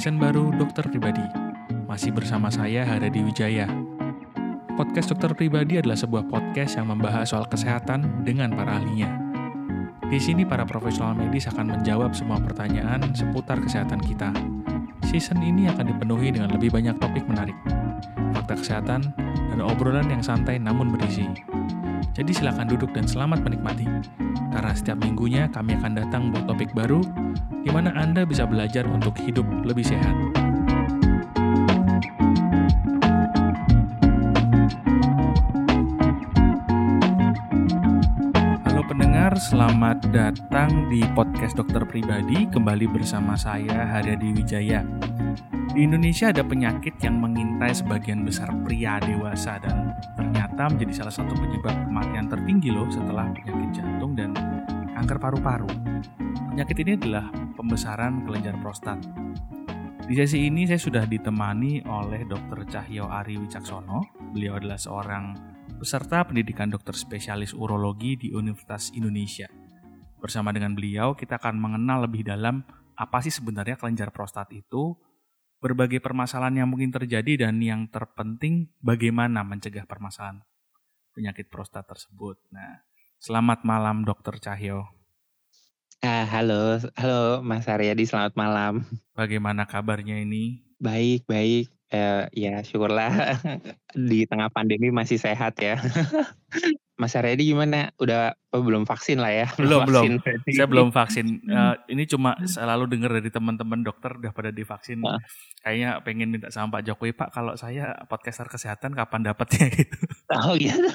Season baru Dokter Pribadi. Masih bersama saya Haryadi Wijaya. Podcast Dokter Pribadi adalah sebuah podcast yang membahas soal kesehatan dengan para ahlinya. Di sini para profesional medis akan menjawab semua pertanyaan seputar kesehatan kita. Season ini akan dipenuhi dengan lebih banyak topik menarik, fakta kesehatan, dan obrolan yang santai namun berisi. Jadi silakan duduk dan selamat menikmati. Karena setiap minggunya kami akan datang buat topik baru, di mana Anda bisa belajar untuk hidup lebih sehat. Halo pendengar, selamat datang di podcast Dokter Pribadi. Kembali bersama saya Haryadi Wijaya. Di Indonesia ada penyakit yang mengintai sebagian besar pria dewasa dan ternyata menjadi salah satu penyebab kematian tertinggi loh setelah penyakit jantung dan kanker paru-paru. Penyakit ini adalah pembesaran kelenjar prostat. Di sesi ini saya sudah ditemani oleh Dr. Cahyo Ari Wicaksono. Beliau adalah seorang peserta pendidikan dokter spesialis urologi di Universitas Indonesia. Bersama dengan beliau kita akan mengenal lebih dalam apa sih sebenarnya kelenjar prostat itu, berbagai permasalahan yang mungkin terjadi, dan yang terpenting bagaimana mencegah permasalahan penyakit prostat tersebut. Nah, selamat malam Dr. Cahyo. Halo Mas Haryadi, selamat malam. Bagaimana kabarnya ini? Baik. Ya syukurlah di tengah pandemi masih sehat ya. Mas Haryadi gimana? Udah belum vaksin lah ya? Belum. Berarti. Saya belum vaksin. Ini cuma selalu dengar dari teman-teman dokter udah pada divaksin. Kayaknya pengen minta sama Pak Jokowi, Pak, kalau saya podcaster kesehatan kapan dapatnya gitu. Oh gitu.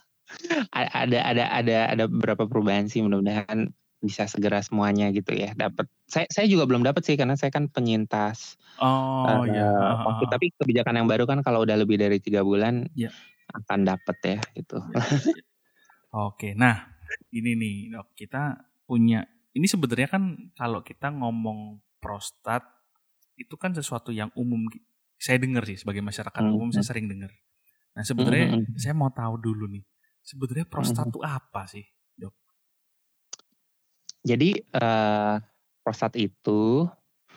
Ada beberapa perubahan sih, mudah-mudahan bisa segera semuanya gitu ya. Dapat. Saya juga belum dapat sih karena saya kan penyintas. Iya. Tapi kebijakan yang baru kan kalau udah lebih dari 3 bulan ya, akan dapat ya gitu. Ya. Oke, nah ini nih dok, kita punya, ini sebenarnya kan kalau kita ngomong prostat itu kan sesuatu yang umum, saya dengar sih sebagai masyarakat umum, saya sering dengar. Nah sebenarnya saya mau tahu dulu nih, sebenarnya prostat itu apa sih dok? Jadi prostat itu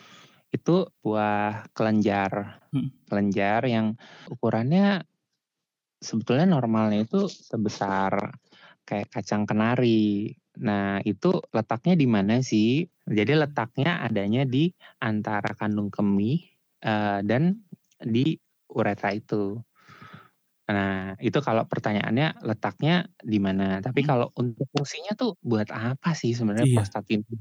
buah kelenjar yang ukurannya sebetulnya normalnya itu sebesar kayak kacang kenari. Nah, itu letaknya di mana sih? Jadi letaknya adanya di antara kandung kemih dan di uretra itu. Nah, itu kalau pertanyaannya letaknya di mana. Tapi kalau untuk fungsinya tuh buat apa sih sebenarnya prostat ini?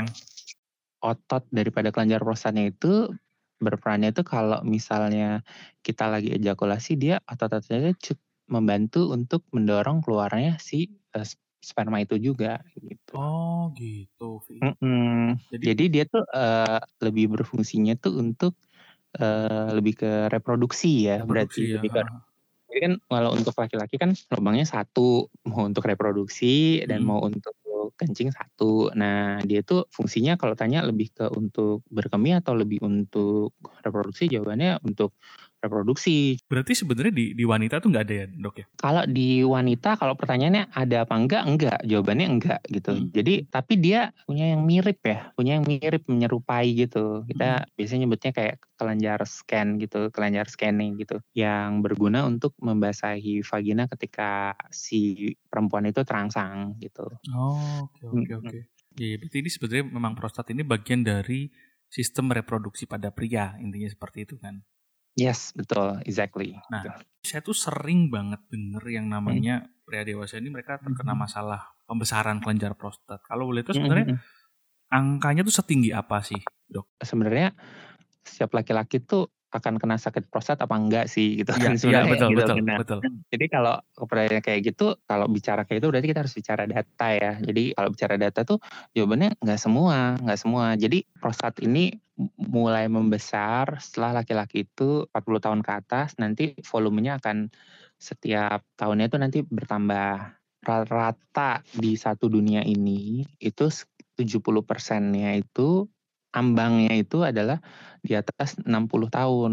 Otot daripada kelenjar prostatnya itu berperannya itu kalau misalnya kita lagi ejakulasi, dia otot-ototnya membantu untuk mendorong keluarnya si sperma itu juga gitu. Oh gitu. Jadi dia tuh lebih berfungsinya tuh untuk lebih ke reproduksi ya. Berarti ya. lebih ke. Jadi kan kalau untuk laki-laki kan lubangnya satu, mau untuk reproduksi dan mau untuk kencing satu. Nah, dia tuh fungsinya kalau tanya lebih ke untuk berkemih atau lebih untuk reproduksi, jawabannya untuk reproduksi. Berarti sebenarnya di wanita tuh nggak ada ya dok ya? Kalau di wanita, kalau pertanyaannya ada apa enggak, jawabannya enggak gitu. Jadi tapi dia punya yang mirip menyerupai gitu. Kita biasanya nyebutnya kayak kelenjar scanning gitu, yang berguna untuk membasahi vagina ketika si perempuan itu terangsang gitu. Oh, oke. Ya, berarti ini sebenarnya memang prostat ini bagian dari sistem reproduksi pada pria, intinya seperti itu kan? Yes, betul, exactly. Nah, saya tuh sering banget denger yang namanya pria dewasa ini mereka terkena masalah pembesaran kelenjar prostat. Kalau boleh tahu sebenarnya angkanya tuh setinggi apa sih, dok? Sebenarnya setiap laki-laki tuh akan kena sakit prostat apa enggak sih gitu kan sebenarnya. Iya, betul. Jadi kalau pertanyaan kayak gitu, kalau bicara kayak itu berarti kita harus bicara data ya. Jadi kalau bicara data tuh jawabannya enggak semua. Jadi prostat ini mulai membesar setelah laki-laki itu 40 tahun ke atas, nanti volumenya akan setiap tahunnya itu nanti bertambah. Rata di satu dunia ini itu 70%-nya itu ambangnya itu adalah di atas 60 tahun.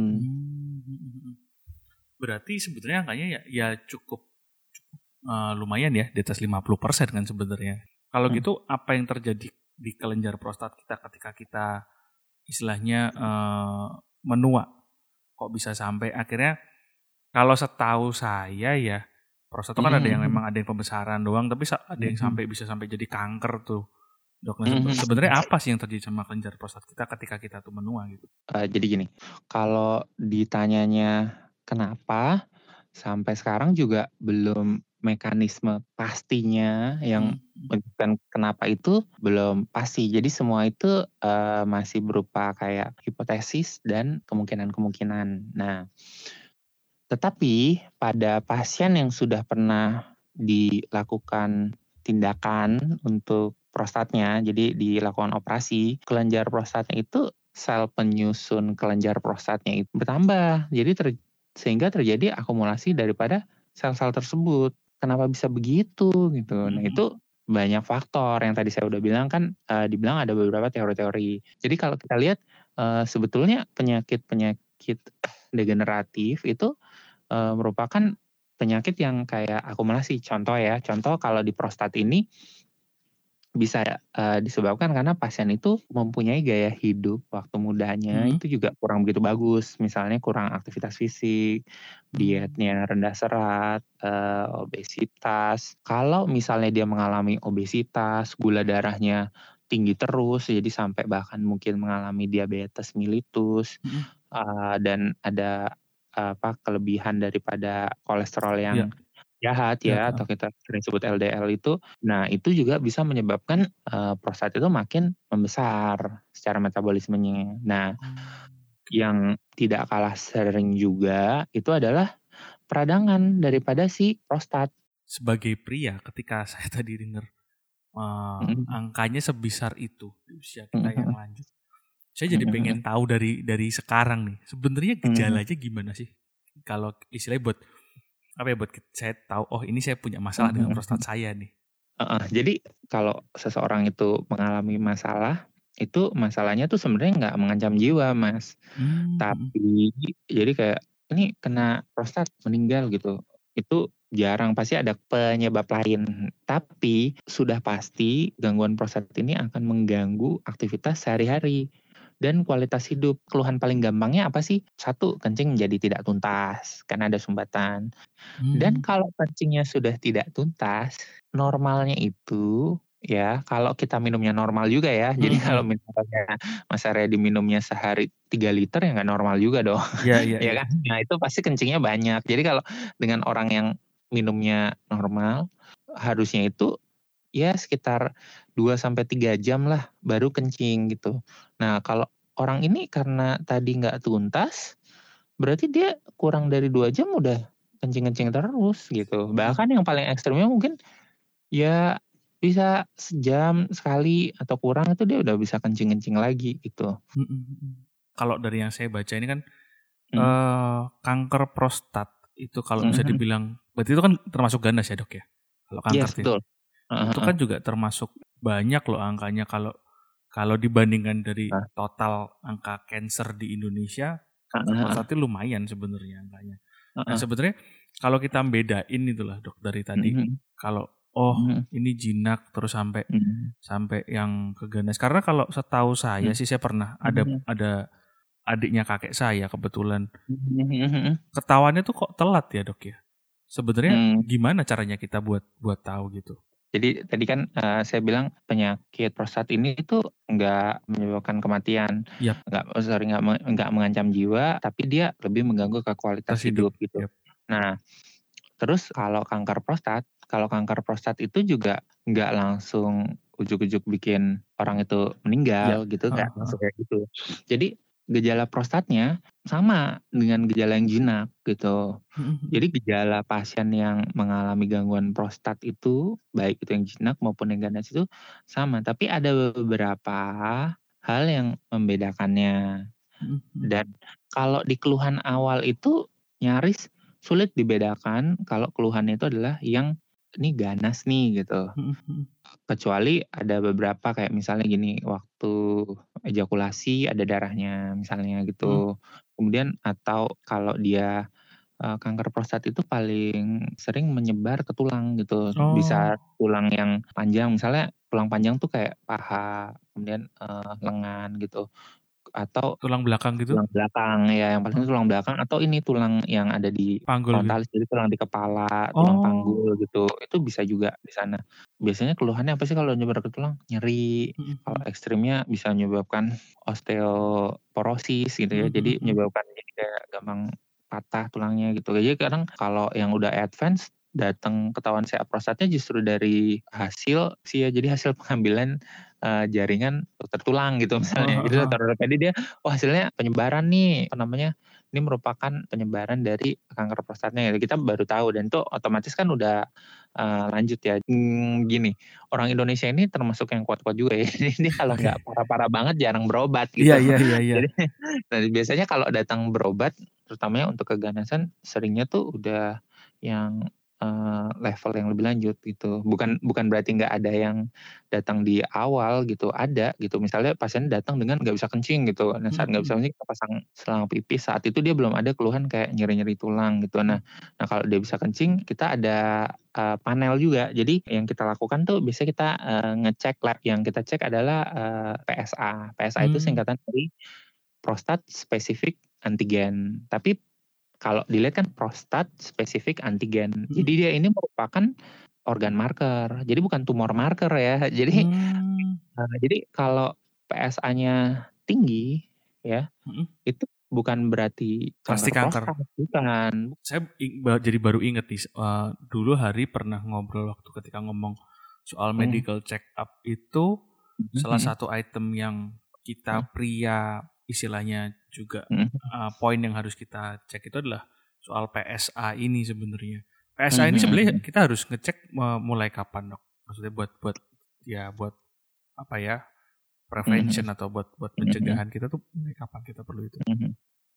Berarti sebenarnya angkanya ya cukup lumayan ya, di atas 50% kan sebenarnya. Kalau gitu apa yang terjadi di kelenjar prostat kita ketika kita istilahnya menua. Kok bisa sampai akhirnya kalau setahu saya ya prostat itu kan ada yang memang ada yang pembesaran doang, tapi ada yang bisa sampai jadi kanker tuh. Dok, sebenarnya apa sih yang terjadi sama kelenjar prostat kita ketika kita tuh menua gitu? Jadi gini, kalau ditanyanya kenapa, sampai sekarang juga belum mekanisme pastinya yang menentukan kenapa itu belum pasti. Jadi semua itu masih berupa kayak hipotesis dan kemungkinan-kemungkinan. Nah, tetapi pada pasien yang sudah pernah dilakukan tindakan untuk prostatnya, jadi dilakukan operasi, kelenjar prostatnya itu sel penyusun kelenjar prostatnya itu bertambah. Jadi sehingga terjadi akumulasi daripada sel-sel tersebut. Kenapa bisa begitu gitu? Nah, itu banyak faktor yang tadi saya udah bilang kan, dibilang ada beberapa teori-teori. Jadi kalau kita lihat sebetulnya penyakit-penyakit degeneratif itu merupakan penyakit yang kayak akumulasi. Contoh kalau di prostat ini bisa disebabkan karena pasien itu mempunyai gaya hidup waktu mudanya itu juga kurang begitu bagus. Misalnya kurang aktivitas fisik, dietnya rendah serat, obesitas. Kalau misalnya dia mengalami obesitas, gula darahnya tinggi terus, jadi sampai bahkan mungkin mengalami diabetes mellitus, dan ada kelebihan daripada kolesterol yang jahat ya, atau kita sering sebut LDL itu. Nah, itu juga bisa menyebabkan prostat itu makin membesar secara metabolismenya. Nah, yang tidak kalah sering juga itu adalah peradangan daripada si prostat. Sebagai pria, ketika saya tadi dengar angkanya sebesar itu di usia kita yang lanjut, saya jadi pengen tahu dari sekarang nih, sebenarnya gejalanya gimana sih? Kalau istilahnya buat saya tahu, oh ini saya punya masalah dengan prostat saya nih. Jadi kalau seseorang itu mengalami masalah, itu masalahnya tuh sebenarnya nggak mengancam jiwa, Mas. Tapi jadi kayak ini kena prostat meninggal gitu, itu jarang, pasti ada penyebab lain. Tapi sudah pasti gangguan prostat ini akan mengganggu aktivitas sehari-hari dan kualitas hidup. Keluhan paling gampangnya apa sih? 1, kencing menjadi tidak tuntas karena ada sumbatan. Dan kalau kencingnya sudah tidak tuntas, normalnya itu ya kalau kita minumnya normal juga ya. Jadi kalau misalnya Mas Arya diminumnya sehari 3 liter ya nggak normal juga dong. Iya. Ya kan? Nah, itu pasti kencingnya banyak. Jadi kalau dengan orang yang minumnya normal, harusnya itu ya sekitar 2-3 jam lah baru kencing gitu. Nah, kalau orang ini karena tadi nggak tuntas, berarti dia kurang dari 2 jam udah kencing-kencing terus gitu. Bahkan yang paling ekstrimnya mungkin ya bisa sejam sekali atau kurang itu dia udah bisa kencing-kencing lagi gitu. Kalau dari yang saya baca ini kan kanker prostat itu kalau bisa dibilang, berarti itu kan termasuk ganas ya dok ya? Kalau kanker Yes, betul. itu kan juga termasuk banyak loh angkanya kalau dibandingkan dari total angka cancer di Indonesia, kanker prostat itu lumayan sebenarnya angkanya. Nah sebenarnya kalau kita bedain itulah dok dari tadi, kalau ini jinak terus sampai yang ke ganas. Karena kalau setahu saya sih saya pernah ada adiknya kakek saya kebetulan ketahuannya tuh kok telat ya dok ya. Sebenarnya gimana caranya kita buat tahu gitu? Jadi tadi kan saya bilang penyakit prostat ini itu nggak menyebabkan kematian, nggak mengancam jiwa, tapi dia lebih mengganggu ke kualitas hidup gitu. Nah, terus kalau kanker prostat itu juga nggak langsung ujuk-ujuk bikin orang itu meninggal gitu, nggak langsung kayak gitu. Jadi gejala prostatnya sama dengan gejala yang jinak gitu. Jadi gejala pasien yang mengalami gangguan prostat itu, baik itu yang jinak maupun yang ganas itu sama. Tapi ada beberapa hal yang membedakannya. Dan kalau di keluhan awal itu nyaris sulit dibedakan kalau keluhannya itu adalah yang ini ganas nih gitu. Kecuali ada beberapa kayak misalnya gini, waktu ejakulasi ada darahnya misalnya gitu. Kemudian atau kalau dia kanker prostat itu paling sering menyebar ke tulang gitu. Bisa tulang yang panjang, misalnya tulang panjang tuh kayak paha, kemudian lengan gitu. atau Tulang belakang gitu? tulang belakang, ya yang paling Oh, tulang belakang atau ini tulang yang ada di panggul gitu? frontalis, jadi tulang di kepala, tulang Oh, panggul gitu, itu bisa juga di sana. Biasanya keluhannya apa sih kalau nyebar ke tulang? Nyeri, mhm kalau mhm. ekstrimnya bisa menyebabkan osteoporosis gitu ya, Mhm jadi mhm menyebabkan jadi kayak gampang patah tulangnya gitu. Jadi kadang kalau yang udah advance datang ketahuan CA prostatnya justru dari hasil sih ya, jadi hasil pengambilan, jaringan dokter tulang gitu heeh misalnya. heeh Jadi heeh. dokter ortopedi dia, oh hasilnya penyebaran nih, apa namanya, ini merupakan penyebaran dari kanker prostatnya gitu, kita baru tahu dan itu otomatis kan udah, lanjut ya. Gini, orang Indonesia ini termasuk yang kuat-kuat juga ya, jadi dia kalau Oke. nggak parah-parah banget jarang berobat Iya gitu. iya iya iya. Jadi nah biasanya kalau datang berobat, terutamanya untuk keganasan, seringnya tuh udah yang, level yang lebih lanjut gitu. Bukan bukan berarti nggak ada yang datang di awal gitu, ada gitu. Misalnya pasien datang dengan nggak bisa kencing gitu, nah Mhm saat nggak bisa mhm. kencing kita pasang selang pipis, saat itu dia belum ada keluhan kayak nyeri-nyeri tulang gitu. Mmm, Nah kalau dia bisa kencing, kita ada, panel juga. Jadi yang kita lakukan tuh biasanya kita, ngecek lab yang kita cek adalah, PSA. PSA itu mmm, singkatan dari prostat specific antigen. Tapi kalau dilihat kan prostat specific antigen. mhm. Jadi dia ini merupakan organ marker. Jadi bukan tumor marker ya. Jadi, Mmm, jadi kalau PSA-nya tinggi ya, mhm. itu bukan berarti Pasti kanker kanker. prostat, bukan. Saya jadi baru inget nih, dulu Hari pernah ngobrol waktu ketika ngomong soal Mhm, medical check up itu, mhm salah mhm, satu item yang mhm kita pria istilahnya juga, mhm poin yang harus kita cek itu adalah soal PSA ini sebenarnya. PSA mhm ini mhm sebenarnya mhm kita harus ngecek mulai kapan, Dok? Maksudnya buat buat ya buat apa ya, mhm mhm prevention atau buat buat mhm mhm pencegahan kita tuh mulai kapan kita perlu itu? mhm.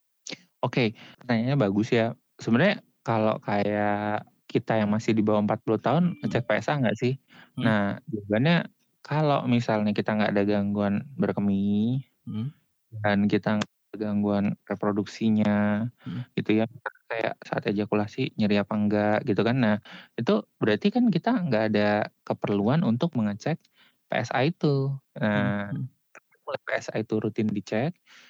Oke, pertanyaannya bagus ya. Sebenarnya kalau kayak kita yang masih di bawah 40 tahun Mhm ngecek PSA nggak sih? mhm Nah, jawabannya kalau misalnya kita nggak ada gangguan berkemih mhm dan kita nggak ada gangguan reproduksinya mhm gitu ya, kayak saat ejakulasi nyeri apa enggak gitu kan. Nah, itu berarti kan kita nggak ada keperluan untuk mengecek PSA itu. mhm Nah, mhm. mulai PSA itu rutin dicek,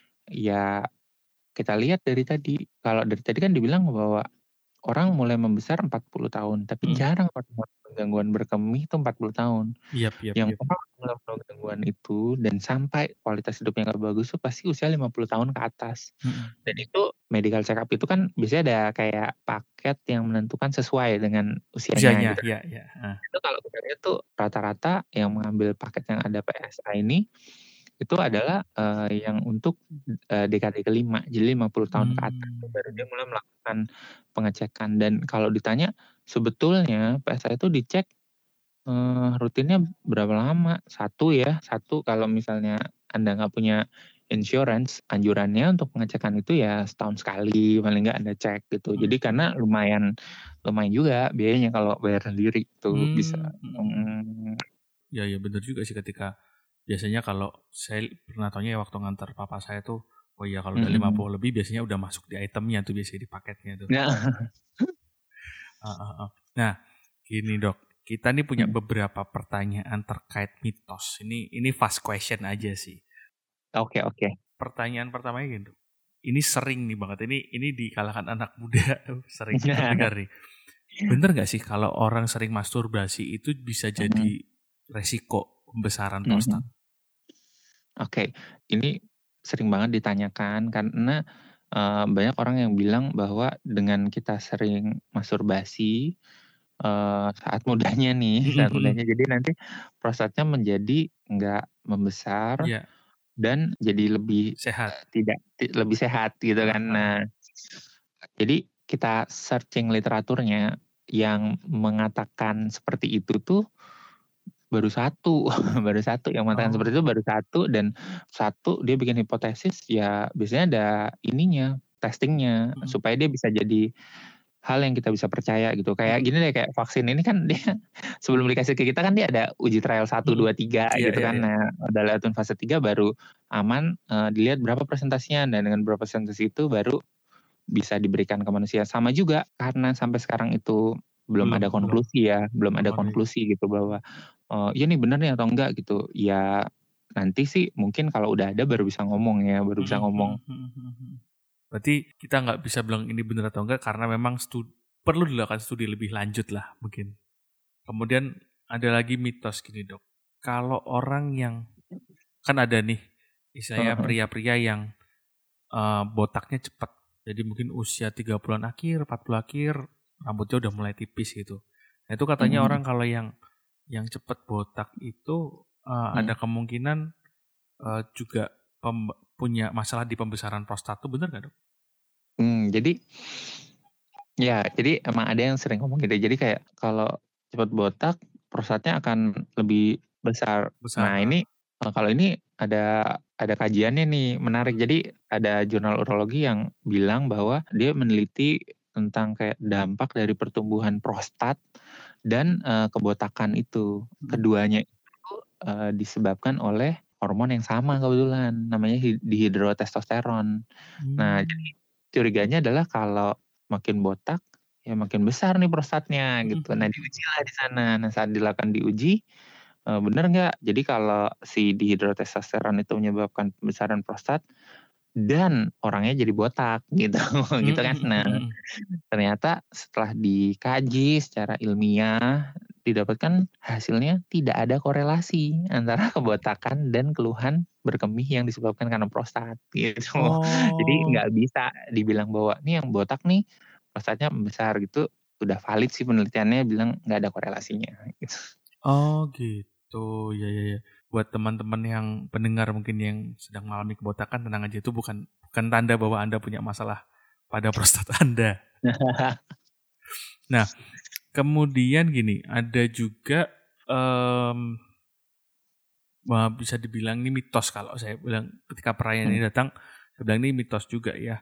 ya kita lihat dari tadi, kalau dari tadi kan dibilang bahwa orang mulai membesar 40 tahun, tapi Mhm. jarang orang mengalami gangguan berkemih itu 40 tahun. Iyap iyap Yang iyap. orang mengalami gangguan itu dan sampai kualitas hidupnya nggak bagus tuh pasti usia 50 tahun ke atas. Mhm. Dan itu medical check up itu kan biasanya ada kayak paket yang menentukan sesuai dengan usianya Usianya, gitu. iya iya, heeh. Itu kalau kita lihat tuh rata-rata yang mengambil paket yang ada PSA ini, itu adalah, yang untuk, dekade kelima, jadi 50 tahun ke atas tuh Mmm, baru dia mulai melakukan pengecekan dan kalau ditanya sebetulnya PSA itu dicek, rutinnya berapa lama? Satu ya, satu kalau misalnya Anda nggak punya insurance, anjurannya untuk pengecekan itu ya setahun sekali paling nggak Anda cek gitu. mhm Jadi mhm. karena lumayan lumayan juga biayanya kalau bayar sendiri tuh bisa, Mhm mhm. mmm, Iya iya bener juga sih ketika biasanya kalau saya pernah taunya ya waktu nganter papa saya tuh, oh iya kalau udah mhm. 50 lebih biasanya udah masuk di itemnya tuh biasanya di paketnya tuh. Nah, Heeh heeh. Nah, gini Dok, kita nih punya mhm, beberapa pertanyaan terkait mitos. Ini fast question aja sih. oke oke. Pertanyaan pertamanya gini Dok, ini sering nih banget, ini di kalangan anak muda sering terdengar nih. Bener nggak sih kalau orang sering masturbasi itu bisa Mhm jadi resiko pembesaran prostat? mhm. Oke, ini sering banget ditanyakan karena, banyak orang yang bilang bahwa dengan kita sering masturbasi, saat mudanya nih, Mhm saat mhm. mudanya jadi nanti prostatnya menjadi nggak membesar Iya, dan jadi lebih, sehat. tidak lebih sehat gitu Heeh kan. heeh. Nah, jadi kita searching literaturnya yang mengatakan seperti itu tuh baru satu baru satu yang mengatakan seperti itu Oh, baru satu dan satu dia bikin hipotesis ya biasanya ada ininya, testing-nya mhm supaya dia bisa jadi hal yang kita bisa percaya gitu. Kayak mhm gini deh, kayak vaksin ini kan dia sebelum dikasih ke kita kan dia ada uji trial satu mhm. 2 3 Iya gitu iya kan. iya. Nah, udah lewatin fase 3 baru aman, dilihat berapa persentasinya dan dengan berapa persentase itu baru bisa diberikan ke manusia. Sama juga karena sampai sekarang itu belum Belum ada belum konklusi ya, belum belum ada ada ya. konklusi gitu bahwa, iya nih bener nih atau enggak gitu. Ya nanti sih mungkin kalau udah ada baru bisa ngomong ya, baru bisa ngomong. Berarti kita nggak bisa bilang ini benar atau enggak karena memang perlu dilakukan studi lebih lanjut lah mungkin. Kemudian ada lagi mitos gini dok. Kalau orang yang, kan ada nih, misalnya pria-pria yang botaknya cepat. Jadi mungkin usia 30-an akhir, 40 akhir, rambutnya udah mulai tipis gitu. Nah itu katanya orang kalau yang cepat botak itu ada kemungkinan juga punya masalah di pembesaran prostat, itu benar nggak dok? Jadi emang ada yang sering ngomong gitu. Jadi kayak kalau cepat botak, prostatnya akan lebih besar. Nah ini kalau ini ada kajiannya nih menarik. Jadi ada jurnal urologi yang bilang bahwa dia meneliti tentang kayak dampak dari pertumbuhan prostat dan kebotakan itu. Keduanya itu disebabkan oleh hormon yang sama kebetulan, namanya dihidrotestosteron. Nah jadi curiganya adalah kalau makin botak ya makin besar nih prostatnya gitu. Nah diuji lah di sana. Nah saat dilakukan diuji, benar nggak? Jadi kalau si dihidrotestosteron itu menyebabkan pembesaran prostat dan orangnya jadi botak gitu, gitu kan? Nah ternyata setelah dikaji secara ilmiah didapatkan hasilnya tidak ada korelasi antara kebotakan dan keluhan berkemih yang disebabkan karena prostat gitu. Jadi nggak bisa dibilang bahwa nih yang botak nih prostatnya besar gitu. Udah valid sih penelitiannya bilang nggak ada korelasinya gitu. Oh gitu, ya. Buat teman-teman yang pendengar mungkin yang sedang mengalami kebotakan, tenang aja, itu bukan tanda bahwa Anda punya masalah pada prostat Anda. Nah, kemudian gini, ada juga bisa dibilang ini mitos kalau saya bilang ketika perayaan ini datang, saya bilang ini mitos juga ya.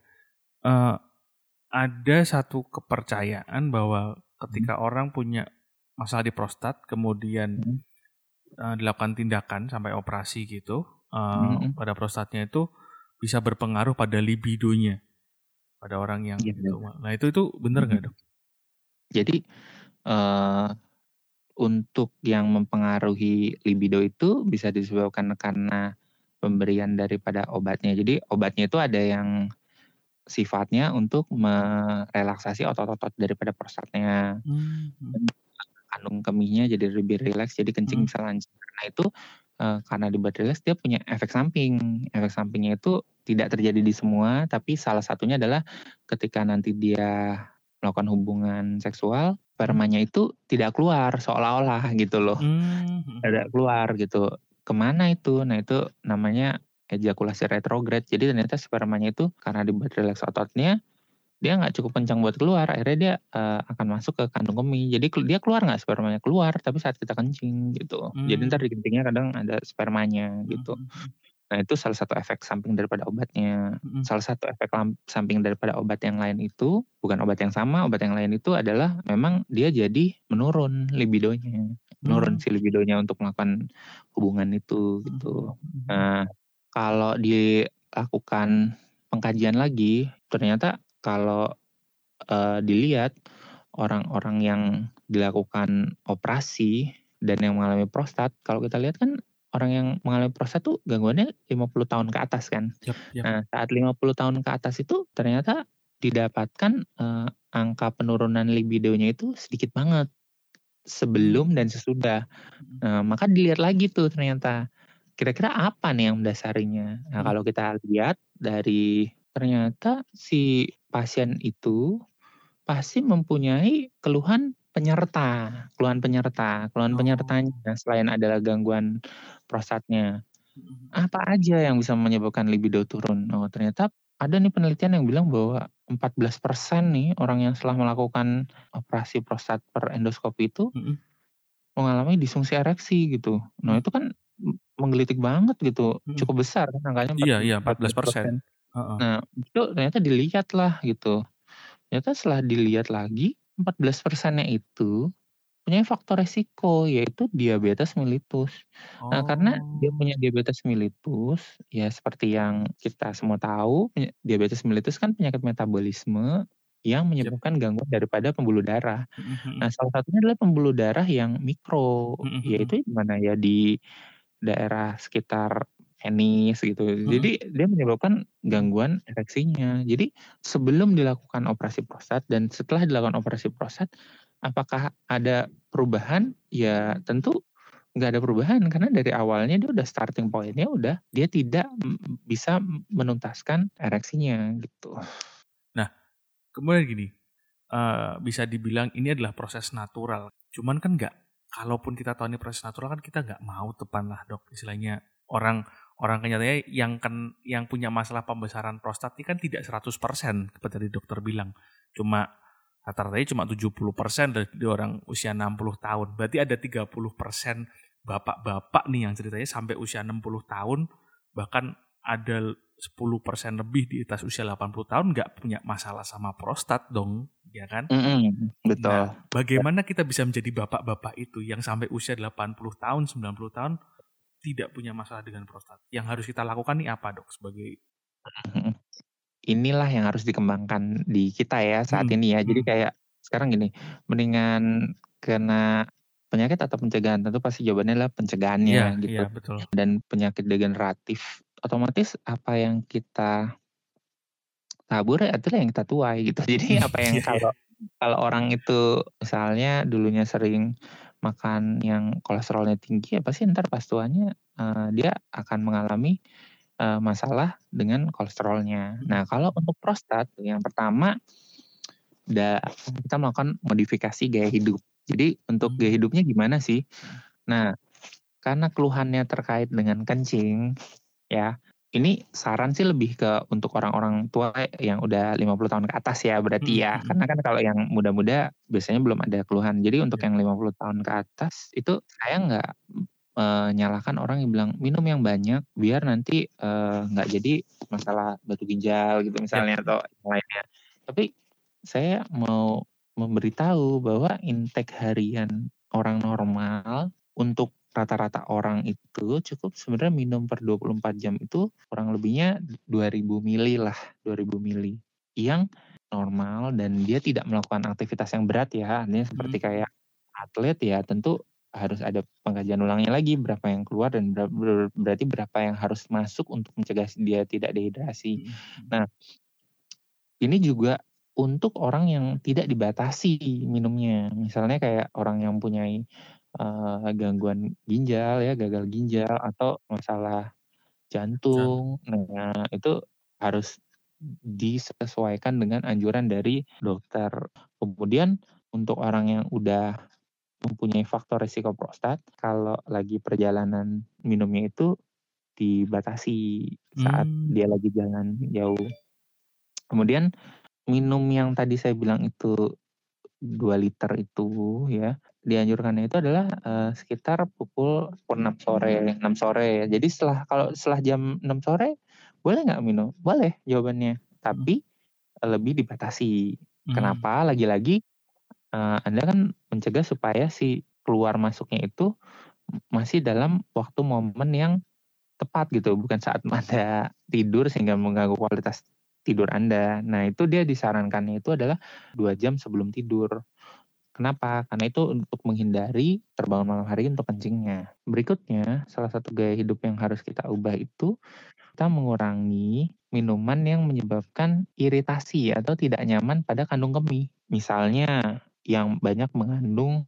Ada satu kepercayaan bahwa ketika orang punya masalah di prostat, kemudian dilakukan tindakan sampai operasi gitu, pada prostatnya itu bisa berpengaruh pada libidonya pada orang yang gitu. Nah itu benar nggak dok? Jadi untuk yang mempengaruhi libido itu bisa disebabkan karena pemberian daripada obatnya. Jadi obatnya itu ada yang sifatnya untuk merelaksasi otot-otot daripada prostatnya. Kandung kemihnya jadi lebih rileks, jadi kencing bisa lancar. Nah itu karena dibuat rileks dia punya efek samping. Efek sampingnya itu tidak terjadi di semua, tapi salah satunya adalah ketika nanti dia melakukan hubungan seksual, spermanya itu tidak keluar seolah-olah gitu loh. Tidak keluar gitu. Kemana itu? Nah itu namanya ejakulasi retrograd. Jadi ternyata spermanya itu karena dibuat rileks ototnya, dia nggak cukup kencang buat keluar, akhirnya dia akan masuk ke kandung kemih. Jadi dia keluar nggak spermanya? Keluar, tapi saat kita kencing gitu. Jadi ntar di kencingnya kadang ada spermanya gitu. Nah itu salah satu efek samping daripada obatnya. Salah satu efek samping daripada obat yang lain itu, bukan obat yang sama, obat yang lain itu adalah memang dia jadi menurun libidonya. Menurun si libidonya untuk melakukan hubungan itu gitu. Nah kalau dilakukan pengkajian lagi, ternyata kalau dilihat orang-orang yang dilakukan operasi dan yang mengalami prostat, kalau kita lihat kan orang yang mengalami prostat tuh gangguannya 50 tahun ke atas kan. Yep. Nah saat 50 tahun ke atas itu ternyata didapatkan angka penurunan libidonya itu sedikit banget sebelum dan sesudah. Maka dilihat lagi tuh ternyata kira-kira apa nih yang mendasarinya. Nah kalau kita lihat dari ternyata si pasien itu pasti mempunyai keluhan penyertanya selain adalah gangguan prostatnya. Apa aja yang bisa menyebabkan libido turun? Oh, ternyata ada nih penelitian yang bilang bahwa 14% nih orang yang setelah melakukan operasi prostat per endoskopi itu mengalami disfungsi ereksi gitu. Nah itu kan menggelitik banget gitu, cukup besar kan angkanya. Iya 14%. Nah itu ternyata dilihat lah gitu. Ternyata setelah dilihat lagi 14%-nya itu punya faktor resiko yaitu diabetes mellitus. Nah karena dia punya diabetes mellitus ya seperti yang kita semua tahu, diabetes mellitus kan penyakit metabolisme yang menyebabkan gangguan daripada pembuluh darah. Nah salah satunya adalah pembuluh darah yang mikro, yaitu di mana ya di daerah sekitar penis gitu. Jadi dia menyebabkan gangguan ereksinya. Jadi sebelum dilakukan operasi prostat dan setelah dilakukan operasi prostat, apakah ada perubahan? Ya tentu nggak ada perubahan karena dari awalnya dia udah starting point-nya udah dia tidak bisa menuntaskan ereksinya gitu. Nah, kemudian gini, bisa dibilang ini adalah proses natural. Cuman kan nggak, kalaupun kita tahu ini proses natural kan kita nggak mau tepan lah dok. Istilahnya orang kenyataannya yang punya masalah pembesaran prostat ini kan tidak 100% seperti tadi dokter bilang. Cuma rata-ratanya cuma 70% dari orang usia 60 tahun. Berarti ada 30% bapak-bapak nih yang ceritanya sampai usia 60 tahun, bahkan ada 10% lebih di atas usia 80 tahun nggak punya masalah sama prostat dong, ya kan? Betul. Nah, bagaimana kita bisa menjadi bapak-bapak itu yang sampai usia 80 tahun, 90 tahun tidak punya masalah dengan prostat? Yang harus kita lakukan nih apa dok sebagai... Inilah yang harus dikembangkan di kita ya saat ini ya. Jadi kayak sekarang gini, mendingan kena penyakit atau pencegahan? Tentu pasti jawabannya adalah pencegahannya gitu. Iya, betul. Dan penyakit degeneratif, otomatis apa yang kita tabur itulah yang kita tuai gitu. Jadi apa yang kalau orang itu misalnya dulunya sering makan yang kolesterolnya tinggi, ya pasti ntar pas tuanya dia akan mengalami masalah dengan kolesterolnya. Nah, kalau untuk prostat yang pertama kita melakukan modifikasi gaya hidup. Jadi untuk gaya hidupnya gimana sih? Nah, karena keluhannya terkait dengan kencing, ya ini saran sih lebih ke untuk orang-orang tua yang udah 50 tahun ke atas ya berarti ya. Karena kan kalau yang muda-muda biasanya belum ada keluhan. Jadi untuk yang 50 tahun ke atas itu saya nggak menyalahkan orang yang bilang minum yang banyak biar nanti nggak jadi masalah batu ginjal gitu misalnya atau yang lainnya. Tapi saya mau memberitahu bahwa intake harian orang normal untuk rata-rata orang itu cukup sebenarnya minum per 24 jam itu kurang lebihnya 2000 mili lah, 2000 mili. Yang normal dan dia tidak melakukan aktivitas yang berat ya, artinya seperti kayak atlet ya tentu harus ada pengkajian ulangnya lagi berapa yang keluar dan berarti berapa yang harus masuk untuk mencegah dia tidak dehidrasi. Nah, ini juga untuk orang yang tidak dibatasi minumnya. Misalnya kayak orang yang mempunyai gangguan ginjal ya, gagal ginjal atau masalah jantung. Nah, itu harus disesuaikan dengan anjuran dari dokter. Kemudian untuk orang yang udah mempunyai faktor risiko prostat, kalau lagi perjalanan minumnya itu dibatasi saat dia lagi jalan jauh. Kemudian minum yang tadi saya bilang itu 2 liter itu ya, dianjurkannya itu adalah sekitar pukul 6 sore ya. Jadi setelah jam 6 sore boleh nggak minum? Boleh jawabannya, tapi lebih dibatasi. Kenapa? Lagi-lagi Anda kan mencegah supaya si keluar masuknya itu masih dalam waktu momen yang tepat gitu, bukan saat Anda tidur sehingga mengganggu kualitas tidur Anda. Nah, itu dia disarankannya itu adalah 2 jam sebelum tidur. Kenapa? Karena itu untuk menghindari terbangun malam hari untuk kencingnya. Berikutnya, salah satu gaya hidup yang harus kita ubah itu kita mengurangi minuman yang menyebabkan iritasi atau tidak nyaman pada kandung kemih. Misalnya yang banyak mengandung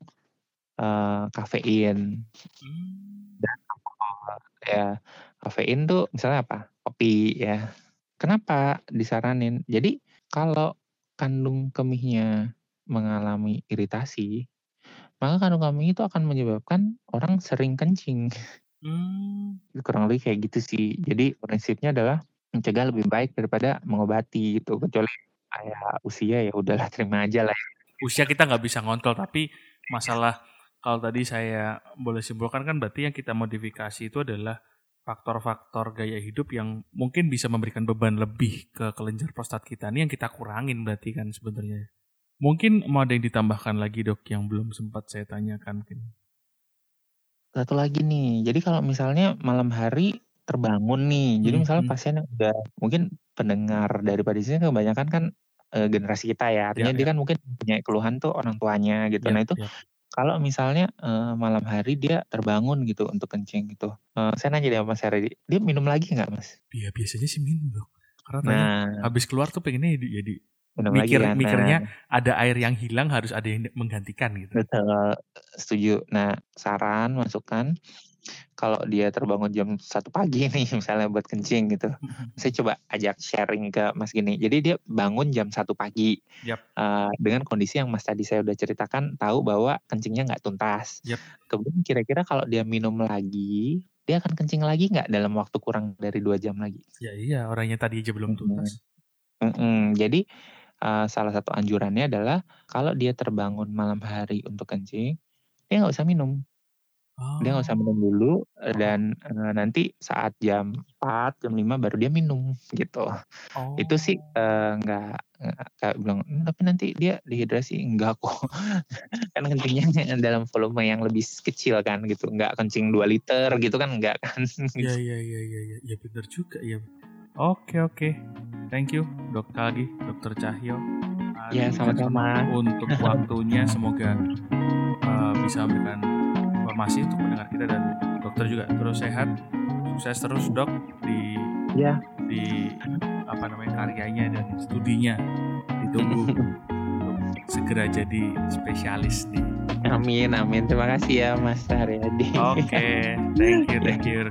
kafein dan alkohol. Ya, kafein tuh misalnya apa? Kopi ya. Kenapa disaranin? Jadi kalau kandung kemihnya mengalami iritasi, maka kandung kemih itu akan menyebabkan orang sering kencing. Kurang lebih kayak gitu sih. Jadi prinsipnya adalah mencegah lebih baik daripada mengobati gitu. Kecuali kayak usia ya udahlah terima aja lah. Usia kita nggak bisa ngontrol, tapi masalah kalau tadi saya boleh simpulkan kan berarti yang kita modifikasi itu adalah faktor-faktor gaya hidup yang mungkin bisa memberikan beban lebih ke kelenjar prostat kita. Ini yang kita kurangin berarti kan sebenarnya. Mungkin mau ada yang ditambahkan lagi dok yang belum sempat saya tanyakan mungkin. Satu lagi nih, jadi kalau misalnya malam hari terbangun nih, jadi misalnya pasien yang udah mungkin pendengar daripada di sini kebanyakan kan generasi kita ya, artinya dia kan mungkin punya keluhan tuh orang tuanya gitu. Nah itu kalau misalnya malam hari dia terbangun gitu untuk kencing gitu, saya nanya deh sama Mas Heri, dia minum lagi nggak Mas? Iya biasanya sih minum dok. Karena tanya Nah, habis keluar tuh pengennya jadi minum lagi kan. mikirnya ada air yang hilang harus ada yang menggantikan gitu. Betul, setuju. Nah, saran, masukan, kalau dia terbangun jam 1 pagi nih misalnya buat kencing gitu, saya coba ajak sharing ke Mas gini, jadi dia bangun jam 1 pagi, Yap. dengan kondisi yang Mas tadi saya udah ceritakan, tahu bahwa kencingnya nggak tuntas. Yap. Kemudian kira-kira kalau dia minum lagi, dia akan kencing lagi nggak dalam waktu kurang dari 2 jam lagi? Ya iya, orangnya tadi aja belum tuntas. Jadi, salah satu anjurannya adalah kalau dia terbangun malam hari untuk kencing, dia nggak usah minum. Dia nggak usah minum dulu, dan, nanti saat jam 4, jam 5 baru dia minum, gitu. Itu sih, nggak kayak bilang, tapi nanti dia dehidrasi." Enggak kok. Kan kencingnya dalam volume yang lebih kecil kan gitu, nggak kencing 2 liter gitu kan, enggak kan. Iya, ya benar juga ya. Oke. Thank you lagi Dr. Cahyo. Ya, sama-sama. Untuk waktunya, semoga bisa memberikan informasi untuk pendengar kita dan dokter juga terus sehat, sukses terus dok di karyanya dan studinya. Ditunggu untuk segera jadi spesialis nih. Amin. Terima kasih ya Mas Haryadi. Oke, thank you.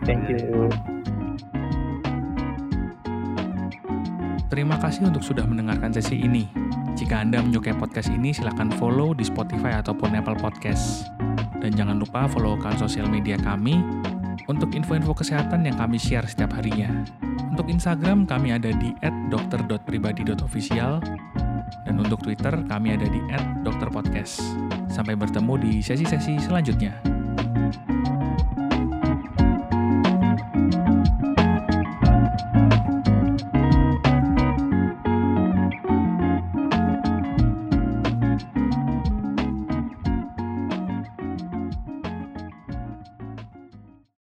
Terima kasih untuk sudah mendengarkan sesi ini. Jika Anda menyukai podcast ini, silakan follow di Spotify ataupun Apple Podcast. Dan jangan lupa follow akun sosial media kami untuk info-info kesehatan yang kami share setiap harinya. Untuk Instagram, kami ada di @dokter.pribadi.official. Dan untuk Twitter, kami ada di @dokterpodcast. Sampai bertemu di sesi-sesi selanjutnya.